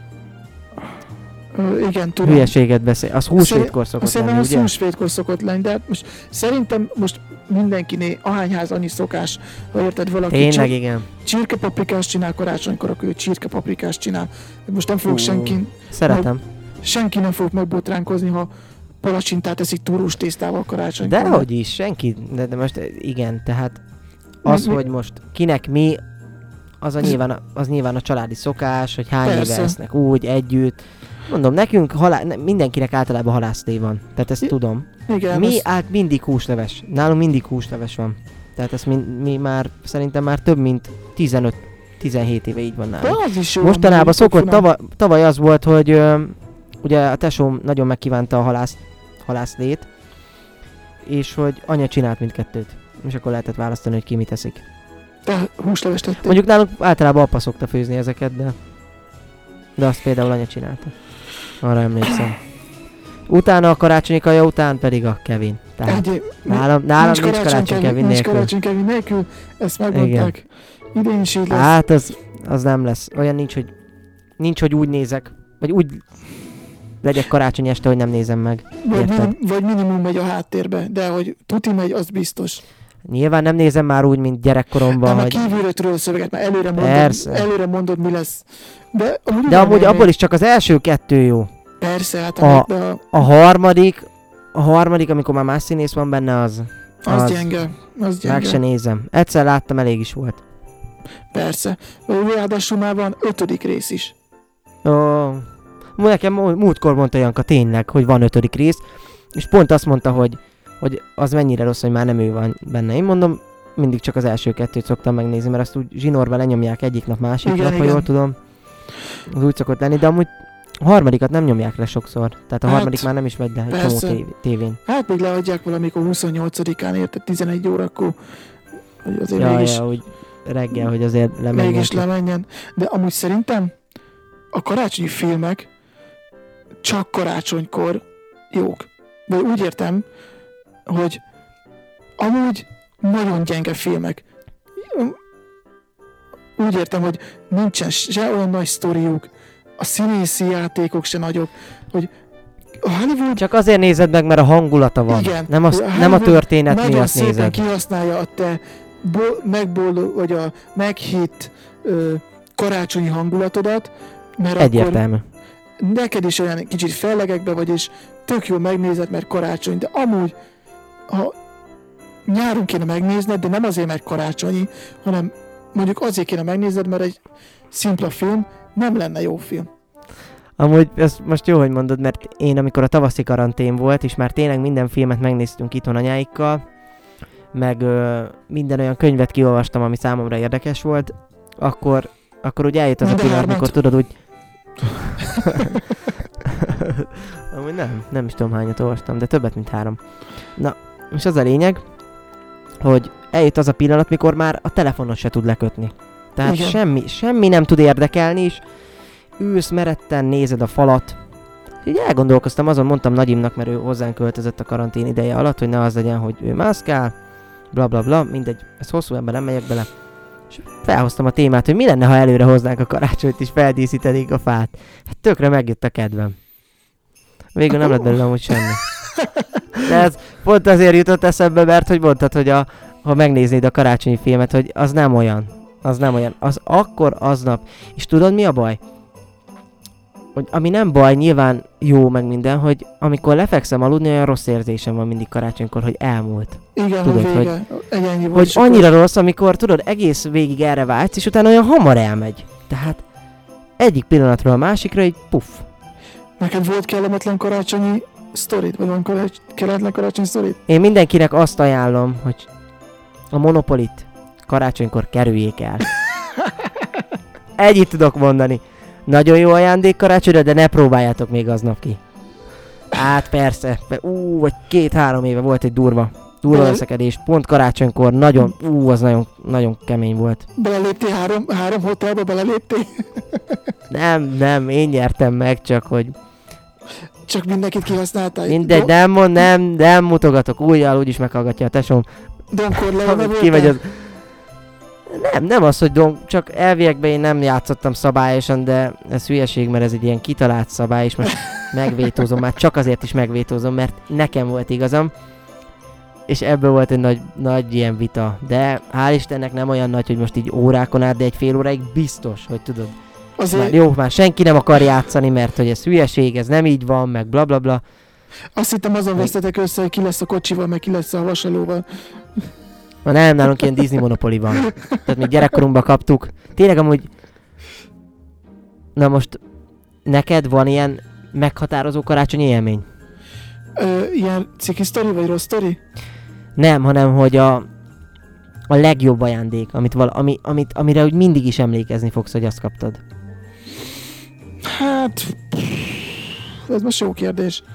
Ö, igen, tudom. Hülyeséget beszél. Az húsvétkor Azt szokott szerintem lenni, az ugye? húsvétkor szokott lenni, de hát most szerintem most mindenkiné ahányház annyi szokás, ha érted valaki Tényleg, csir- igen. csirkepaprikást csinál karácsonykor, akkor ő csirkepaprikást csinál. Most nem fogok Ú. senki, Szeretem. senki nem fog megbotránkozni, ha palacsintát eszik túrós tésztával karácsonykor. Dehogy is, senki, de, de most igen, tehát az, Mi- mi- hogy most kinek mi, az, a nyilván, a- az nyilván a családi szokás, hogy hány Persze. éve esznek úgy, együtt. Mondom, nekünk halá- ne- mindenkinek általában halászlé van, tehát ezt I- tudom. Igen, Mi az- át mindig húsleves, nálunk mindig húsleves van. Tehát ezt mi, mi már, szerintem már több mint tizenöt-tizenhét éve így van de nálunk. az is jó. Mostanában amúgy, szokott, finom. tavaly, tavaly az volt, hogy ö, ugye a tesóm nagyon megkívánta a halász, halászlét, és hogy anya csinált mindkettőt. És akkor lehetett választani, hogy ki mit eszik. Te húslevest tettél. Mondjuk nálunk általában apa szokta főzni ezeket, de... De azt például anya csinálta. Arra emlékszem. Utána a karácsonyi kaja után pedig a Kevin. Tehát Egy, nálam, nálam nincs, nincs karácsony Kevin nincs nélkül. karácsony Kevin nélkül, ezt megmondták. Idén is így lesz. Hát az, az nem lesz. Olyan nincs, hogy nincs, hogy úgy nézek, vagy úgy legyek karácsony este, hogy nem nézem meg. vagy, érted. minim, vagy minimum megy a háttérbe, de hogy tuti megy, az biztos. Nyilván nem nézem már úgy, mint gyerekkoromban, Nem, hogy... már kívülről tudod a szöveget, már előre mondod, Persze. előre mondod, mi lesz. De amúgy, De amúgy abból is csak az első kettő jó. Persze, hát A- a, a, A harmadik, a harmadik, amikor már más színész van benne, az... az, az gyenge. Az gyenge. Meg se nézem. Egyszer láttam, elég is volt. Persze. Ráadásul már van ötödik rész is. Ó, nekem mú- múltkor mondta Janka tényleg, hogy van ötödik rész, és pont azt mondta, hogy, hogy az mennyire rossz, hogy már nem ő van benne. Én mondom, mindig csak az első kettőt szoktam megnézni, mert azt úgy zsinórba lenyomják egyik nap, másik Igen, nap, ha igen. jól tudom. Az úgy szokott lenni, de amúgy a harmadikat nem nyomják le sokszor. Tehát a Hát, harmadik már nem is megy le egy csomó persze. tév- tévén. Hát még leadják valamikor huszonnyolcadikán, érted, tizenegy órakor, hogy azért Ja, mégis, ja, úgy reggel, hogy azért lemenjen. mégis lemenjen. De amúgy szerintem a karácsonyi filmek csak karácsonykor jók. Vagy úgy értem, hogy amúgy nagyon gyenge filmek. Úgy értem, hogy nincsen se olyan nagy sztoriuk, a színészi játékok se nagyok, hogy a Hollywood Csak azért nézed meg, mert a hangulata van. Igen. Nem, az, A nem a Hollywood történet nagyon miatt szépen nézed. kihasználja a te bo- megboldog, vagy a meghitt ö, karácsonyi hangulatodat, mert Egyértelmű. akkor neked is olyan kicsit fellegekbe vagy, és tök jó megnézed, mert karácsony, de amúgy, ha nyáron kéne megnézned, de nem azért, mert karácsonyi, hanem mondjuk azért kéne megnézned, mert egy szimpla film nem lenne jó film. Amúgy ez most jó, hogy mondod, mert én amikor a tavaszi karantén volt, és már tényleg minden filmet megnéztünk itthon anyáikkal, meg ö, minden olyan könyvet kiolvastam, ami számomra érdekes volt, akkor, akkor úgy eljött az Na, a de pillanat, hármat. mikor tudod úgy... Amúgy nem, nem is tudom hányat olvastam, de többet, mint három. Na, és az a lényeg, hogy eljött az a pillanat, mikor már a telefonot se tud lekötni. Tehát Igen. semmi, semmi nem tud érdekelni, és ülsz meretten, nézed a falat. Így elgondolkoztam, azon mondtam Nagyimnak, mert ő hozzánk költözött a karantén ideje alatt, hogy ne az legyen, hogy ő mászkál, bla bla bla, mindegy, ez hosszú, ebben nem megyek bele. És felhoztam a témát, hogy mi lenne, ha előre hoznánk a karácsonyt és feldíszítenénk a fát. Hát tökre megjött a kedvem. Végül nem lett belőle amúgy semmi. De ez pont azért jutott eszembe, mert hogy mondtad, hogy a, ha megnéznéd a karácsonyi filmet, hogy az nem olyan. Az nem olyan. Az akkor, aznap. És tudod mi a baj? Hogy ami nem baj, nyilván jó meg minden, hogy amikor lefekszem aludni, olyan rossz érzésem van mindig karácsonykor, hogy elmúlt. Igen, Tudod, hogy vége, egy ennyi volt. Hogy és akkor- annyira rossz, amikor tudod, egész végig erre vágysz, és utána olyan hamar elmegy. Tehát egyik pillanatról a másikra egy puff. Neked volt kellemetlen karácsonyi sztorid? Vagy van karács- kellemetlen karácsonyi sztorid? Én mindenkinek azt ajánlom, hogy a Monopolit karácsonykor kerüljék el. Egyit tudok mondani. Nagyon jó ajándék karácsonyra, de ne próbáljátok még aznap ki. Hát persze, pe- ú, vagy két-három éve volt egy durva, durva Bele- összekedés. Pont karácsonykor nagyon, ú, az nagyon, nagyon kemény volt. Beleléptél három, három hotelba, beleléptél? Nem, nem, én nyertem meg, csak hogy Csak mindenkit kihasználtál? mindegy, Do- nem mond, nem, nem mutogatok, újjal úgyis meghallgatja a tesóm. Don Corleone Ki vagy voltál? az... Nem, nem az, hogy don... csak elviekben én nem játszottam szabályosan, de ez hülyeség, mert ez egy ilyen kitalált szabály, és most megvétózom, már csak azért is megvétózom, mert nekem volt igazam, és ebből volt egy nagy, nagy ilyen vita, de hál' Istennek nem olyan nagy, hogy most így órákon át, de egy fél óráig biztos, hogy tudod. Azért Már jó, már senki nem akar játszani, mert hogy ez hülyeség, ez nem így van, meg bla bla bla. azt hittem azon vesztetek össze, hogy ki lesz a kocsival, meg ki lesz a vasalóval. Na nem, nálunk ilyen Disney Monopoly van. Tehát még gyerekkorunkban kaptuk. Tényleg amúgy... Na most... Neked van ilyen meghatározó karácsonyi élmény? Ö, ilyen ciki sztori, vagy rossz sztori? Nem, hanem hogy a... A legjobb ajándék, amit val, ami, amit, amire úgy mindig is emlékezni fogsz, hogy azt kaptad. Hát... Ez most jó kérdés.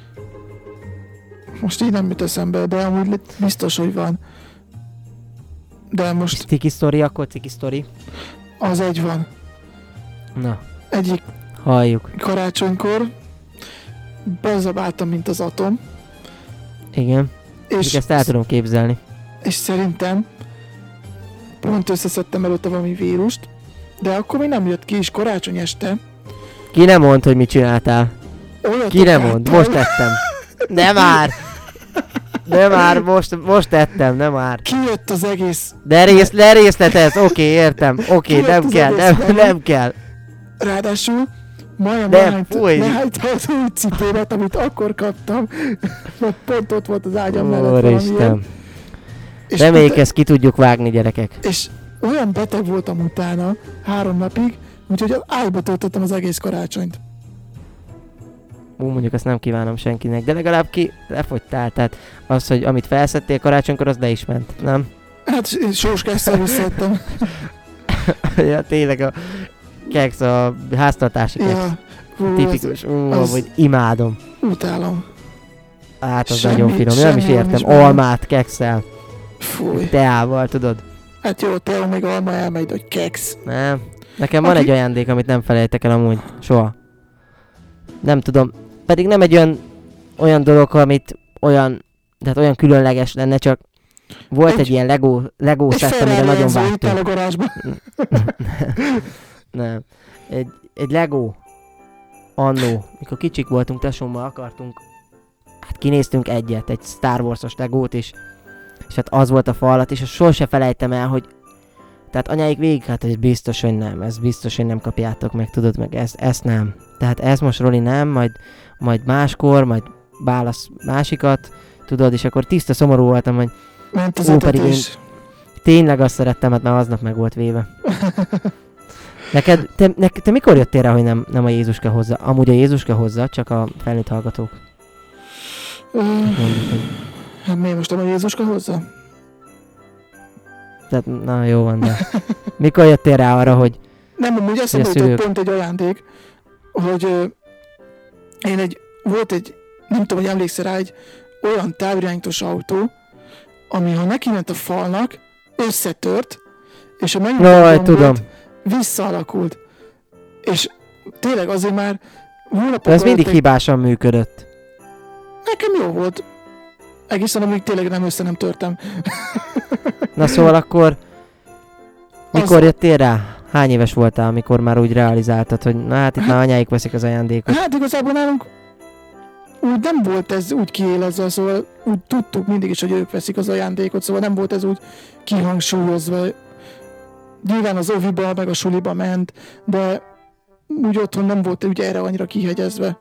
Most így nem jut eszembe, de amúgy biztos, hogy van. De most Ciki sztori, akkor ciki sztori. az egy van. Na, Egyik halljuk. karácsonykor bezabáltam, mint az atom, Igen. És és, ezt el tudom képzelni. és szerintem pont összeszedtem előtte valami vírust, de akkor még nem jött ki, és karácsony este Ki nem mond, hogy mit csináltál? olyat Ki nem mond? akártam, Most tettem. De már! Nem már, most, most tettem, nem már. Kijött az egész... De rész, ne részletez, oké, okay, értem, oké, okay, Kijött nem az kell, egész nem, nem kell. Ráadásul majdnem De lehányt, fúj. lehányta az új cipőmet, amit akkor kaptam, mert pont ott volt az ágyam mellett valamilyen. Úristen. És Reméljük, utána- ezt ki tudjuk vágni, gyerekek. És olyan beteg voltam utána, három napig, úgyhogy az ágyba töltöttem az egész karácsonyt. Ú, mondjuk ezt nem kívánom senkinek, de legalább ki lefogytál, tehát az, hogy amit felszedtél karácsonykor, az le is ment, nem? Hát én sóskásszal visszaadtam. Ja, tényleg a keks, a háztartási keks. Ja, hú, Tipikus, ú, az- hogy imádom. utálom. Hát az Semmi- nagyon finom, nem is semmi értem. nincs benne. Almát kekszel, Fúj. teával, tudod? Hát jó, te még alma elmegy, hogy keks. Nem. Nekem van Aki- egy ajándék, amit nem felejtek el amúgy. Soha. Nem tudom. Pedig nem egy olyan, olyan dolog, amit olyan, tehát olyan különleges lenne, csak volt egy, Egy- egy ilyen Lego, Lego Egy szett, amire Ferrari nagyon Enzo itt áll a vágytunk. garázsban. Nem. Egy, egy Lego annó, mikor kicsik voltunk, tesómmal akartunk, hát kinéztünk egyet, egy Star Wars-os Legót is, és hát az volt a falat, és azt sose felejtem el, hogy tehát anyáik végig, hát ez biztos, hogy nem, ez biztos, hogy nem kapjátok meg, tudod meg, ezt, ezt nem. Tehát ez most Roli nem, majd, majd máskor, majd válasz másikat, tudod, és akkor tiszta szomorú voltam, hogy Ment az Ó, pedig etetés. tényleg azt szerettem, hát már aznap meg volt véve. Neked, te, ne, te mikor jöttél rá, hogy nem, nem a Jézuska hozza? Amúgy a Jézuska hozza, csak a felnőtt hallgatók. Ö, Mondjuk, hogy... Hát miért most nem a Jézuska hozzá? Tehát, na jó van, de... Mikor jöttél rá arra, hogy... Nem, amúgy eszembe a jutott szülők- pont egy ajándék, hogy ö, én egy, volt egy, nem tudom, hogy emlékszel rá, egy olyan távirányítós autó, ami ha neki ment a falnak, összetört, és a megnyomott Jaj, gombot tudom. visszaalakult. És tényleg azért már hónapok De ez alatt mindig egy- hibásan működött. Nekem jó volt. Egészen amíg tényleg nem össze nem törtem. Na szóval akkor... Mikor Az- jöttél rá? Hány éves voltál, amikor már úgy realizáltad, hogy na hát itt már anyáik veszik az ajándékot? Hát igazából nálunk úgy nem volt ez úgy kiélezve, szóval úgy tudtuk mindig is, hogy ők veszik az ajándékot, szóval nem volt ez úgy kihangsúlyozva. Nyilván az oviba, meg a suliba ment, de úgy otthon nem volt úgy erre annyira kihegyezve.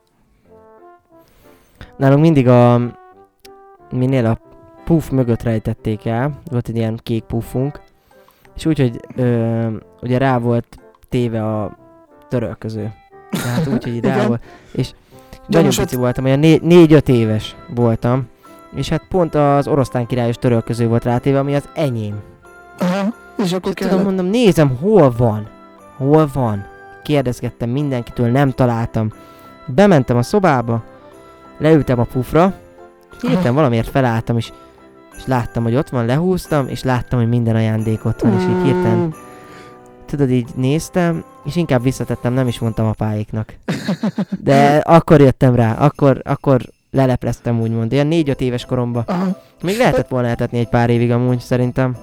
Nálunk mindig a... Minél a puff mögött rejtették el, volt egy ilyen kék puffunk, és úgy, hogy ö, ugye rá volt téve a törölköző. Tehát úgy, hogy így rá Igen. volt. És nagyon most pici voltam, olyan né- négy-öt éves voltam. És hát pont az oroszlán királyos törölköző volt rátéve, ami az enyém. Aha, és akkor És tudom, kellett. mondom, nézem, hol van? Hol van? Kérdezgettem mindenkitől, nem találtam. Bementem a szobába, leültem a pufra, és hirtelen valamiért felálltam, és, és láttam, hogy ott van, lehúztam, és láttam, hogy minden ajándék ott van, és így hirtelen, tudod, így néztem, és inkább visszatettem, nem is mondtam apáéknak. De akkor jöttem rá, akkor, akkor lelepleztem úgymond, ilyen négy-öt éves koromban. Aha. Még lehetett volna eltetni egy pár évig amúgy, szerintem.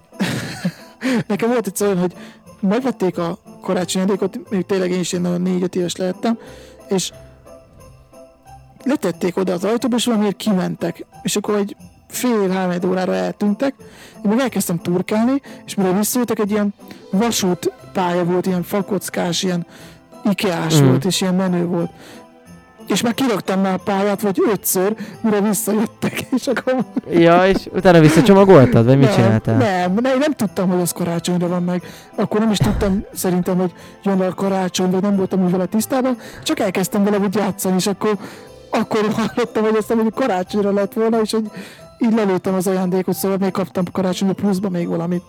Nekem volt egy olyan, hogy megvették a karácsonyi ajándékot, még tényleg én is ilyen nagyon négy-öt éves lehettem, és letették oda az ajtóba, és valamiért kimentek. És akkor egy fél-három órára eltűntek, én meg elkezdtem turkálni, és mire visszajöttek, egy ilyen vasút pálya volt, ilyen fakockás, ilyen ikeás Mm. volt, és ilyen menő volt. És már kiraktam már a pályát, vagy ötször, mire visszajöttek, és akkor... Ja, és utána visszacsomagoltad, vagy mit nem, csináltál? Nem, nem, nem tudtam, hogy az karácsonyra van meg. Akkor nem is tudtam szerintem, hogy jön a karácsony, vagy nem voltam úgy vele tisztában, csak elkezdtem vele úgy játszani, és akkor, akkor hallottam, hogy aztán hogy karácsonyra lett volna, és hogy így lelőttem az ajándékot, szóval még kaptam karácsonyra pluszba még valamit.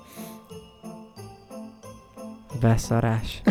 Beszarás.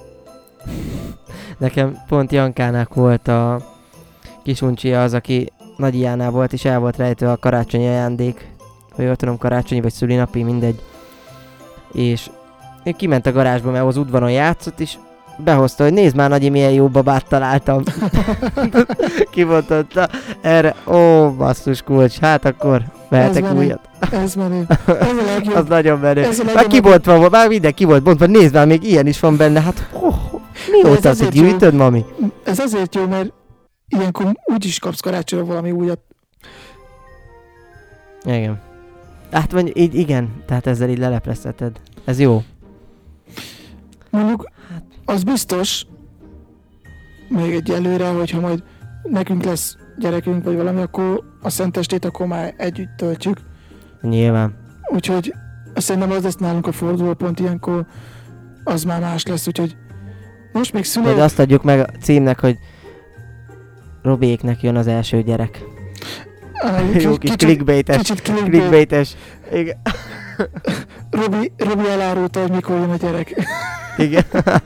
Nekem pont Jankának volt a kisuncsia az, aki Nagy Iánál volt, és el volt rejtve a karácsonyi ajándék. Vagy jól tudom, karácsonyi vagy szülinapi, mindegy. És ő kiment a garázsba, mert az udvaron játszott, és behozta, hogy nézd már, Nagyi, milyen jó babát találtam. Kimondta erre, ó, basszus kulcs, hát akkor vehetek menő. újat. Ez menő. Ez a legjobb. Az nagyon menő. Ez a Már legjobb. kibontva volt, már minden ki volt bontva, nézd már, még ilyen is van benne, hát oh, mióta Ez azt azért hogy gyűjtöd, mami? Ez azért jó, mert ilyenkor úgyis kapsz karácsonyra valami újat. Igen. Hát mondjuk így igen, tehát ezzel így leleplezheted. Ez jó. Mondjuk, az biztos, még egy előre, hogyha majd nekünk lesz gyerekünk, vagy valami, akkor a szentestét akkor már együtt töltjük. Nyilván. Úgyhogy szerintem az lesz nálunk a fordulópont, ilyenkor az már más lesz, úgyhogy most még szülő... Majd azt adjuk meg a címnek, hogy Robéknek jön az első gyerek. Ah, Jó kis clickbaites. Kicsit clickbait. Clickbaites. Igen. Robi, Robi elárulta, hogy mikor jön a gyerek. Igen.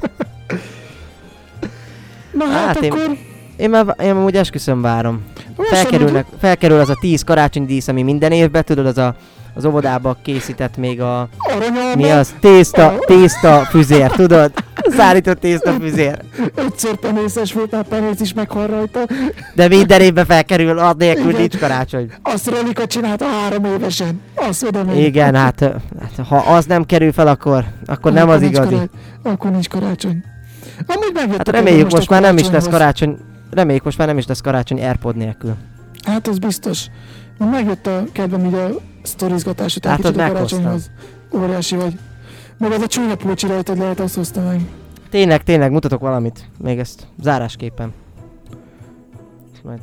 Na hát, Hát én- akkor... Én már én amúgy esküszöm várom. most Felkerülnek, felkerül az a tíz karácsonydísz, ami minden évben, tudod, az a, az óvodába készített még a... Aranyalma, Mi az? Tészta, tészta füzér, tudod? Szárított tészta füzér. ötször penészes volt, már penész is meghal rajta. De minden évben felkerül, ad nélkül Igen. nincs karácsony. Azt Rolika csinálta három évesen. Azt oda megy. Igen, hát, hát ha az nem kerül fel, akkor, akkor nem az nincs igazi. karácsony. Akkor nincs karácsony. Amúgy megjött Hát a reméljük kedve most a már nem is lesz karácsonyhoz. karácsony, reméljük most már nem is lesz karácsony Airpod nélkül. Hát az biztos. Most megjött a kedvem így a sztorizgatás után Látod, kicsit a meghoztam. karácsonyhoz. Óriási vagy. Meg az a csúnya pulcsi rajtad lehet, azt hozta meg. Tényleg, tényleg, mutatok valamit. Még ezt zárásképpen. Majd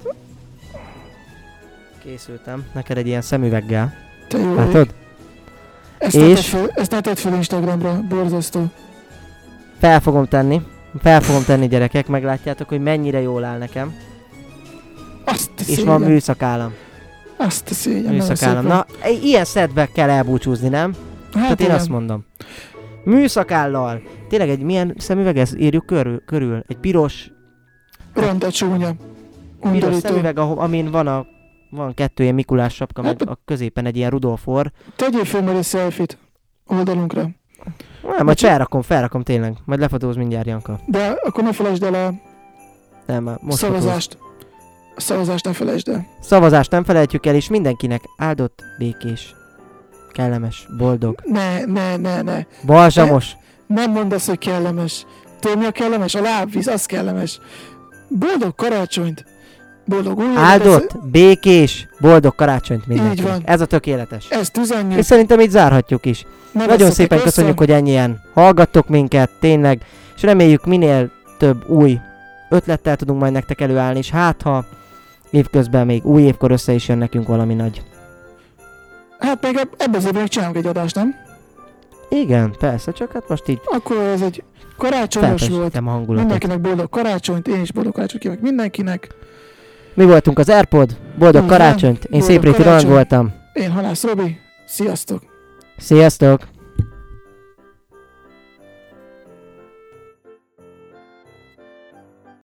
készültem neked egy ilyen szemüveggel. Te jó ég. Látod? Ezt És? ne tedd fel, ezt ne tedd fel Instagramra, borzasztó. Fel fogom tenni. Fel fogom tenni, gyerekek, meglátjátok, hogy mennyire jól áll nekem. Azt a És szégyen. van műszakállam. Azt a szégyen. nagyon Műszakállam. szép Na, i- ilyen szedbe kell elbúcsúzni, nem? van. Tehát hát én igen. azt mondom. Műszakállal. Tényleg egy milyen szemüveg, ez írjuk körül, körül. Egy piros, Ronda csúnya. piros Undorító. szemüveg, ahol, amin van a van kettő ilyen Mikulás sapka, meg Hát- a középen egy ilyen Rudolf orr. Tegyél fel majd egy selfie-t oldalunkra. Nem, majd Bocsi- felrakom, felrakom tényleg. Majd lefotóz mindjárt Janka. De akkor ne felejtsd el a Nem, már most fotóz. szavazást. A szavazást ne felejtsd el. Szavazást nem felejtjük el, és mindenkinek áldott, békés, kellemes, boldog, Ne, ne, ne, ne. balzsamos. Nem mondd azt, hogy kellemes. Tudod mi a kellemes? A lábvíz, az kellemes. Boldog karácsonyt. Boldog új évet. Áldott, békés, boldog karácsonyt mindenkinek. van. Ez a tökéletes. Ez, ezt üzenjük. És szerintem így zárhatjuk is. Ne Nagyon vesszetek szépen össze. köszönjük, hogy ennyien hallgattok minket, tényleg, és reméljük minél több új ötlettel tudunk majd nektek előállni, és hát ha évközben még új évkor össze is jön nekünk valami nagy. Hát még eb- ebben az évben még csinálunk egy adást, nem? Igen, persze, csak hát most így Akkor ez egy karácsonyos volt. felpesítem a hangulatot. Mindenkinek boldog karácsonyt, én is boldog karácsonyt kívánok mindenkinek. Mi voltunk az Airpod, boldog Így van, karácsonyt, én boldog Szép Réti Roland karácsony. voltam. Én Halász Robi. Sziasztok! Sziasztok!